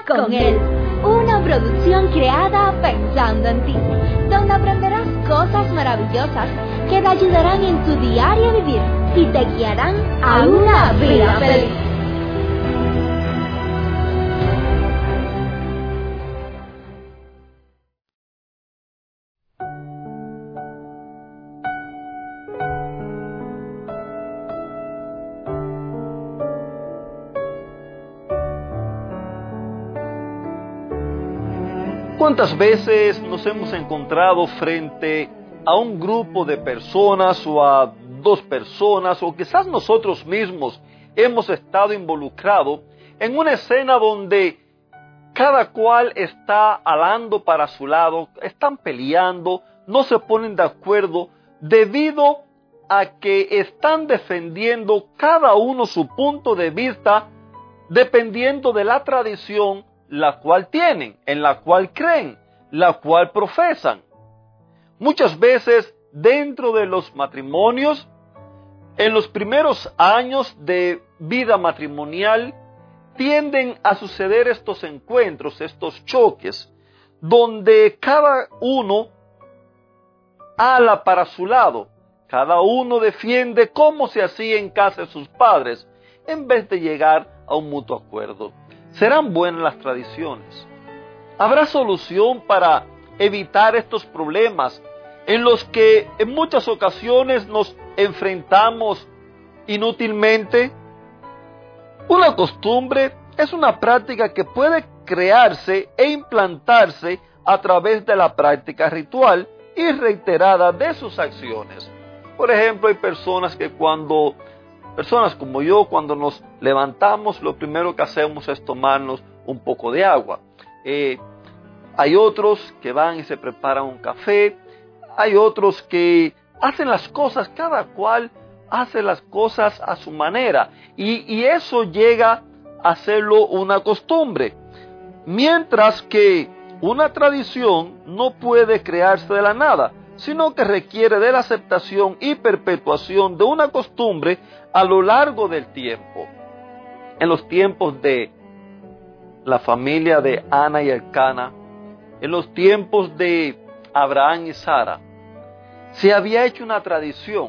con Él, una producción creada pensando en ti, donde aprenderás cosas maravillosas que te ayudarán en tu diario vivir y te guiarán a una vida feliz. ¿Cuántas veces nos hemos encontrado frente a un grupo de personas o a dos personas, o quizás nosotros mismos hemos estado involucrados en una escena donde cada cual está alando para su lado, están peleando, no se ponen de acuerdo debido a que están defendiendo cada uno su punto de vista dependiendo de la tradición la cual tienen, en la cual creen, la cual profesan? Muchas veces dentro de los matrimonios, en los primeros años de vida matrimonial, tienden a suceder estos encuentros, estos choques, donde cada uno ala para su lado, cada uno defiende como se hacía en casa de sus padres, en vez de llegar a un mutuo acuerdo. ¿Serán buenas las tradiciones? ¿Habrá solución para evitar estos problemas en los que en muchas ocasiones nos enfrentamos inútilmente? Una costumbre es una práctica que puede crearse e implantarse a través de la práctica ritual y reiterada de sus acciones. Por ejemplo, hay personas como yo, cuando nos levantamos, lo primero que hacemos es tomarnos un poco de agua. Hay otros que van y se preparan un café. Hay otros que hacen las cosas, cada cual hace las cosas a su manera. Y eso llega a hacerlo una costumbre. Mientras que una tradición no puede crearse de la nada, sino que requiere de la aceptación y perpetuación de una costumbre a lo largo del tiempo. En los tiempos de la familia de Ana y Elcana, en los tiempos de Abraham y Sara, se había hecho una tradición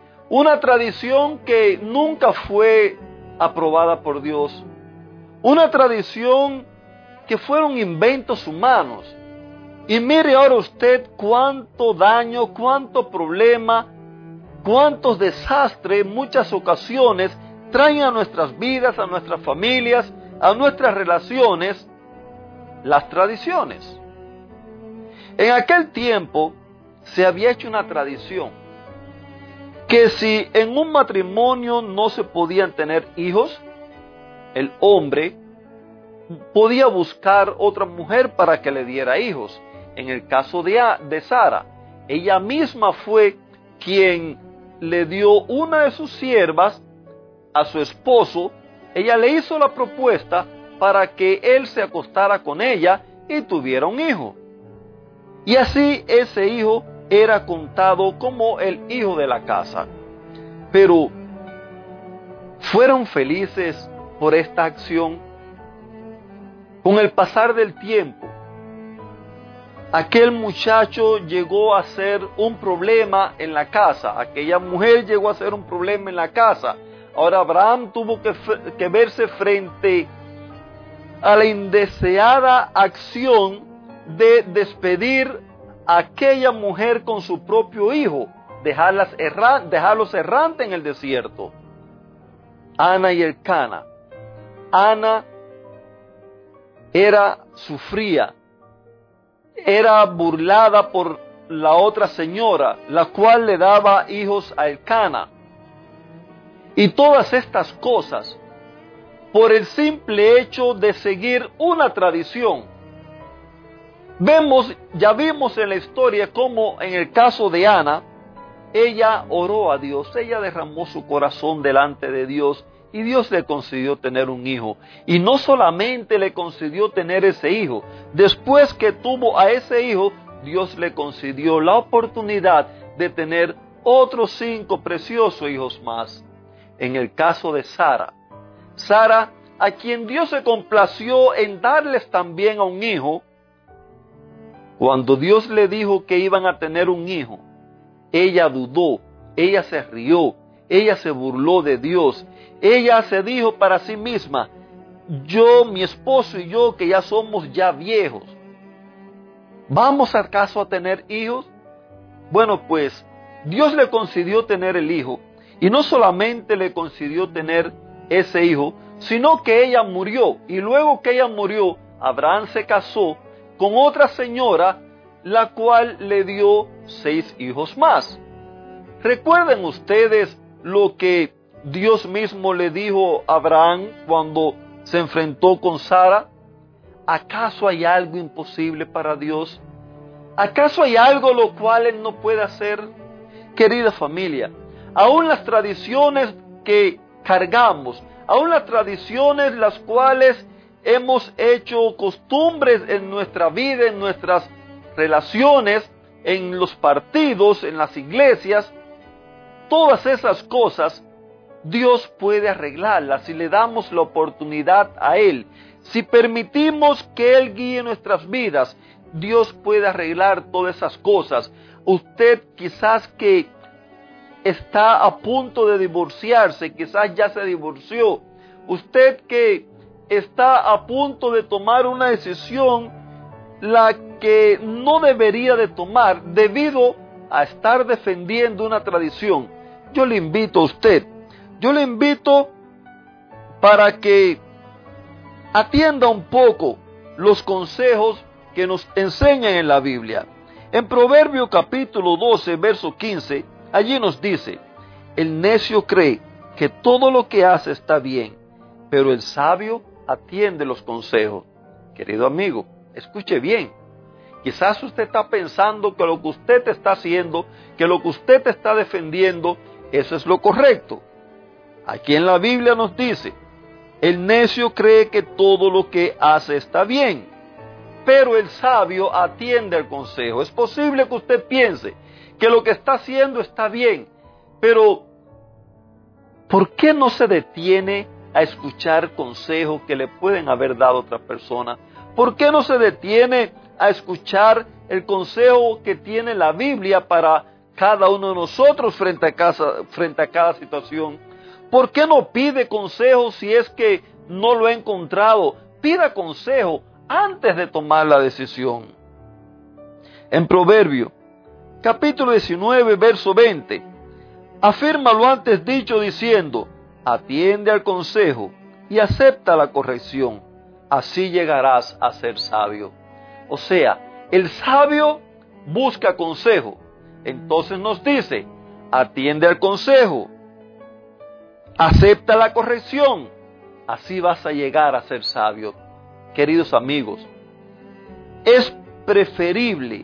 que nunca fue aprobada por Dios, una tradición que fueron inventos humanos. Y mire ahora usted cuánto daño, cuánto problema, cuántos desastres en muchas ocasiones traen a nuestras vidas, a nuestras familias, a nuestras relaciones, las tradiciones. En aquel tiempo se había hecho una tradición que si en un matrimonio no se podían tener hijos, el hombre podía buscar otra mujer para que le diera hijos. En el caso de Sara, ella misma fue quien le dio una de sus siervas a su esposo. Ella le hizo la propuesta para que él se acostara con ella y tuviera un hijo. Y así ese hijo era contado como el hijo de la casa. Pero, ¿fueron felices por esta acción? Con el pasar del tiempo, aquel muchacho llegó a ser un problema en la casa. Aquella mujer llegó a ser un problema en la casa. Ahora Abraham tuvo que verse frente a la indeseada acción de despedir a aquella mujer con su propio hijo, dejarlos errantes en el desierto. Ana y Elcana. Ana sufría, era burlada por la otra señora, la cual le daba hijos a Elcana. Y todas estas cosas, por el simple hecho de seguir una tradición. Ya vimos en la historia cómo en el caso de Ana, ella oró a Dios, ella derramó su corazón delante de Dios y Dios le concedió tener un hijo. Y no solamente le concedió tener ese hijo, después que tuvo a ese hijo, Dios le concedió la oportunidad de tener otros 5 preciosos hijos más. En el caso de Sara a quien Dios se complació en darles también a un hijo, cuando Dios le dijo que iban a tener un hijo, ella dudó, ella se rió, ella se burló de Dios. Ella se dijo para sí misma, yo, mi esposo y yo, que ya somos ya viejos, ¿vamos acaso a tener hijos? Bueno, pues Dios le concedió tener el hijo, y no solamente le concedió tener ese hijo, sino que ella murió, y luego que ella murió, Abraham se casó con otra señora, la cual le dio 6 hijos más. ¿Recuerden ustedes lo que Dios mismo le dijo a Abraham cuando se enfrentó con Sara? ¿Acaso hay algo imposible para Dios? ¿Acaso hay algo lo cual Él no puede hacer? Querida familia, aún las tradiciones que cargamos, aún las tradiciones las cuales hemos hecho costumbres en nuestra vida, en nuestras relaciones, en los partidos, en las iglesias, todas esas cosas, Dios puede arreglarlas si le damos la oportunidad a Él. Si permitimos que Él guíe nuestras vidas, Dios puede arreglar todas esas cosas. Usted quizás que está a punto de divorciarse, quizás ya se divorció. Usted que está a punto de tomar una decisión, la que no debería de tomar debido a estar defendiendo una tradición. Yo le invito a usted, yo le invito para que atienda un poco los consejos que nos enseñan en la Biblia. En Proverbio capítulo 12, verso 15, allí nos dice, el necio cree que todo lo que hace está bien, pero el sabio atiende los consejos. Querido amigo, escuche bien. Quizás usted está pensando que lo que usted está haciendo, que lo que usted está defendiendo, eso es lo correcto. Aquí en la Biblia nos dice, el necio cree que todo lo que hace está bien, pero el sabio atiende al consejo. Es posible que usted piense que lo que está haciendo está bien, pero ¿por qué no se detiene a escuchar consejos que le pueden haber dado a otra persona? ¿Por qué no se detiene a escuchar el consejo que tiene la Biblia para cada uno de nosotros frente a cada situación? ¿Por qué no pide consejo si es que no lo ha encontrado? Pida consejo antes de tomar la decisión. En Proverbio, capítulo 19, verso 20, afirma lo antes dicho diciendo, atiende al consejo y acepta la corrección, así llegarás a ser sabio. O sea, el sabio busca consejo. Entonces nos dice, atiende al consejo, acepta la corrección, así vas a llegar a ser sabio. Queridos amigos, es preferible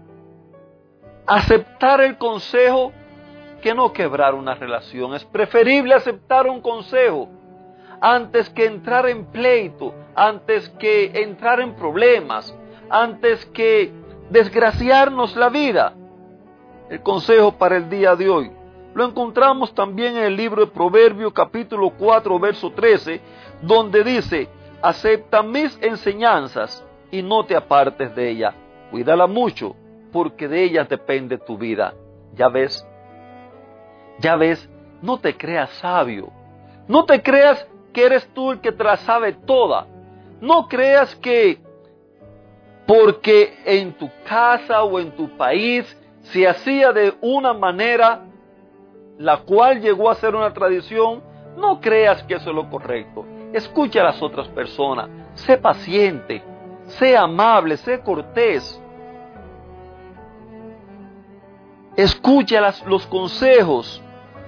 aceptar el consejo que no quebrar una relación. Es preferible aceptar un consejo antes que entrar en pleito, antes que entrar en problemas, antes que desgraciarnos la vida. El consejo para el día de hoy lo encontramos también en el libro de Proverbios capítulo 4 verso 13, donde dice, acepta mis enseñanzas y no te apartes de ella. Cuídala mucho, porque de ellas depende tu vida. Ya ves, no te creas sabio. No te creas que eres tú el que te la sabe toda. No creas que porque en tu casa o en tu país se hacía de una manera la cual llegó a ser una tradición, no creas que eso es lo correcto. Escucha a las otras personas, sé paciente, sé amable, sé cortés. Escucha los consejos,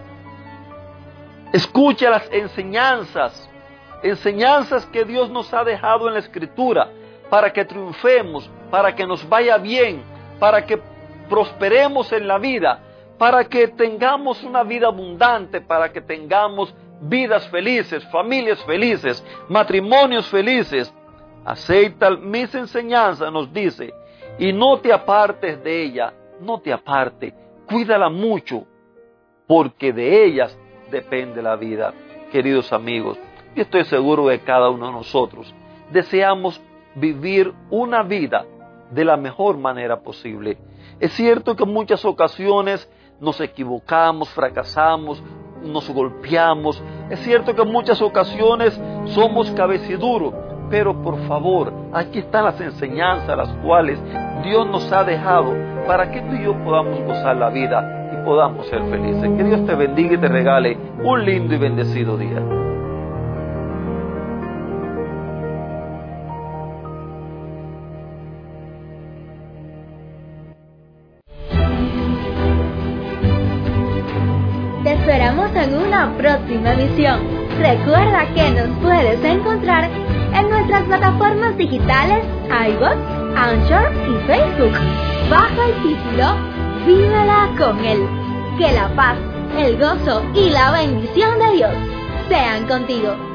escucha las enseñanzas que Dios nos ha dejado en la Escritura, para que triunfemos, para que nos vaya bien, para que prosperemos en la vida, para que tengamos una vida abundante, para que tengamos vidas felices, familias felices, matrimonios felices. Acepta mis enseñanzas, nos dice, y no te apartes de ella, no te apartes, cuídala mucho, porque de ellas depende la vida. Queridos amigos, Yo estoy seguro que cada uno de nosotros deseamos vivir una vida de la mejor manera posible. Es cierto que en muchas ocasiones nos equivocamos, fracasamos, nos golpeamos. Es cierto que en muchas ocasiones somos cabeciduros, pero por favor, aquí están las enseñanzas las cuales Dios nos ha dejado para que tú y yo podamos gozar la vida y podamos ser felices. Que Dios te bendiga y te regale un lindo y bendecido día. Te esperamos en una próxima emisión. Recuerda que nos puedes encontrar en nuestras plataformas digitales iVoox, Anchor y Facebook, bajo el título Vívela con Él. Que la paz, el gozo y la bendición de Dios sean contigo.